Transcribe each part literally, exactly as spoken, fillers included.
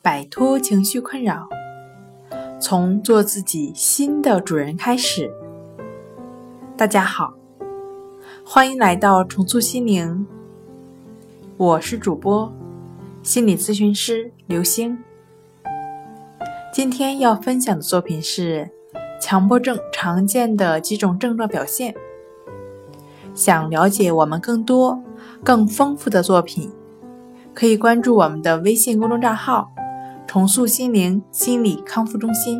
摆脱情绪困扰，从做自己新的主人开始。大家好，欢迎来到重塑心灵，我是主播心理咨询师刘星。今天要分享的作品是强迫症常见的几种症状表现。想了解我们更多更丰富的作品，可以关注我们的微信公众账号重塑心灵心理康复中心。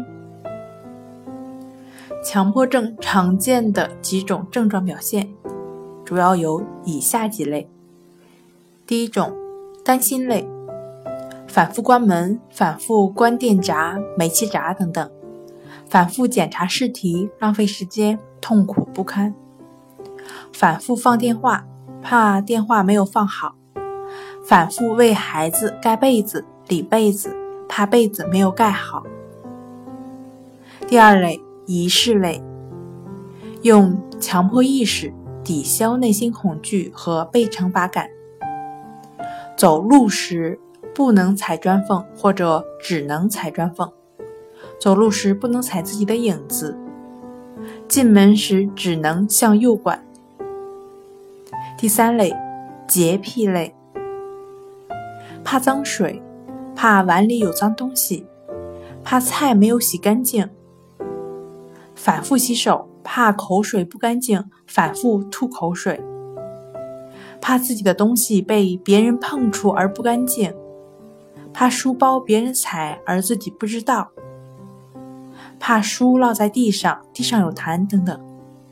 强迫症常见的几种症状表现主要有以下几类。第一种，担心类，反复关门，反复关电闸、煤气闸等等，反复检查试题，浪费时间，痛苦不堪。反复放电话，怕电话没有放好，反复为孩子盖被子、理被子，怕被子没有盖好。第二类，仪式类，用强迫意识抵消内心恐惧和被惩罚感。走路时不能踩砖缝，或者只能踩砖缝，走路时不能踩自己的影子，进门时只能向右拐。第三类，洁癖类，怕脏水，怕碗里有脏东西，怕菜没有洗干净，反复洗手，怕口水不干净，反复吐口水，怕自己的东西被别人碰触而不干净，怕书包别人踩而自己不知道，怕书落在地上，地上有痰等等。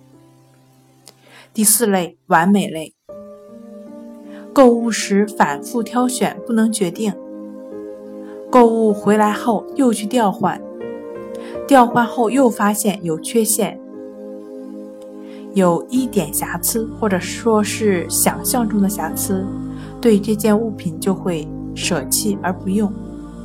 第四类，完美类，购物时反复挑选，不能决定，购物回来后又去调换，调换后又发现有缺陷，有一点瑕疵，或者说是想象中的瑕疵，对这件物品就会舍弃而不用。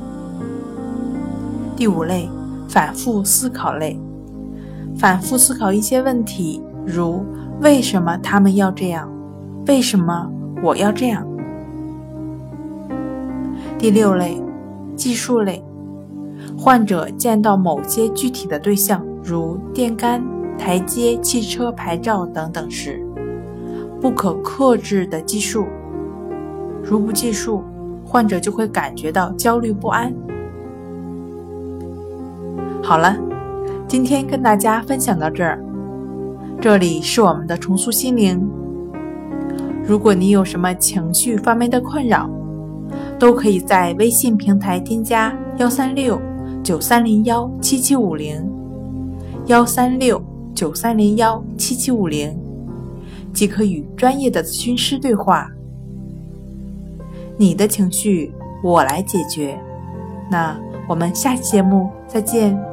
第五类，反复思考类，反复思考一些问题，如为什么他们要这样？为什么我要这样？第六类，技术类，患者见到某些具体的对象，如电杆、台阶、汽车牌照等等时，不可克制的计数，如不计数，患者就会感觉到焦虑不安。好了，今天跟大家分享到这儿，这里是我们的重塑心灵。如果你有什么情绪方面的困扰，都可以在微信平台添加一三六九三零一七七五零一三六九三零一七七五零，即可与专业的咨询师对话。你的情绪我来解决。那我们下期节目再见。